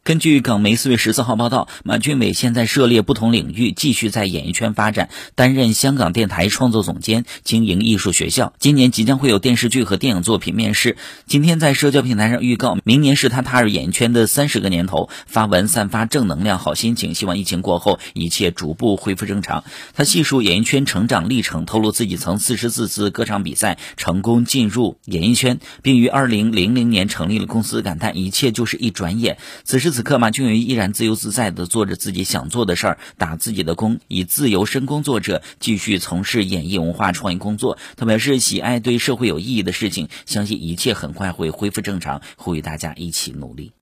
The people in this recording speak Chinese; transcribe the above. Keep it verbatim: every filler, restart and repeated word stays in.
根据港媒四月十四号报道，马俊伟现在涉猎不同领域，继续在演艺圈发展，担任香港电台创作总监，经营艺术学校。今年即将会有电视剧和电影作品面世。今天在社交平台上预告，明年是他踏入演艺圈的三十个年头，发文散发正能量、好心情，希望疫情过后一切逐步恢复正常。他细数演艺圈成长历程，透露自己曾四十四次歌唱比赛成功进入演艺圈，并于二零零零年成立了公司，感叹一切就是一转眼。此时此刻，马俊伟依然自由自在地做着自己想做的事儿，打自己的工，以自由身工作者继续从事演艺文化创意工作。他表示喜爱对社会有意义的事情，相信一切很快会恢复正常，呼吁大家一起努力。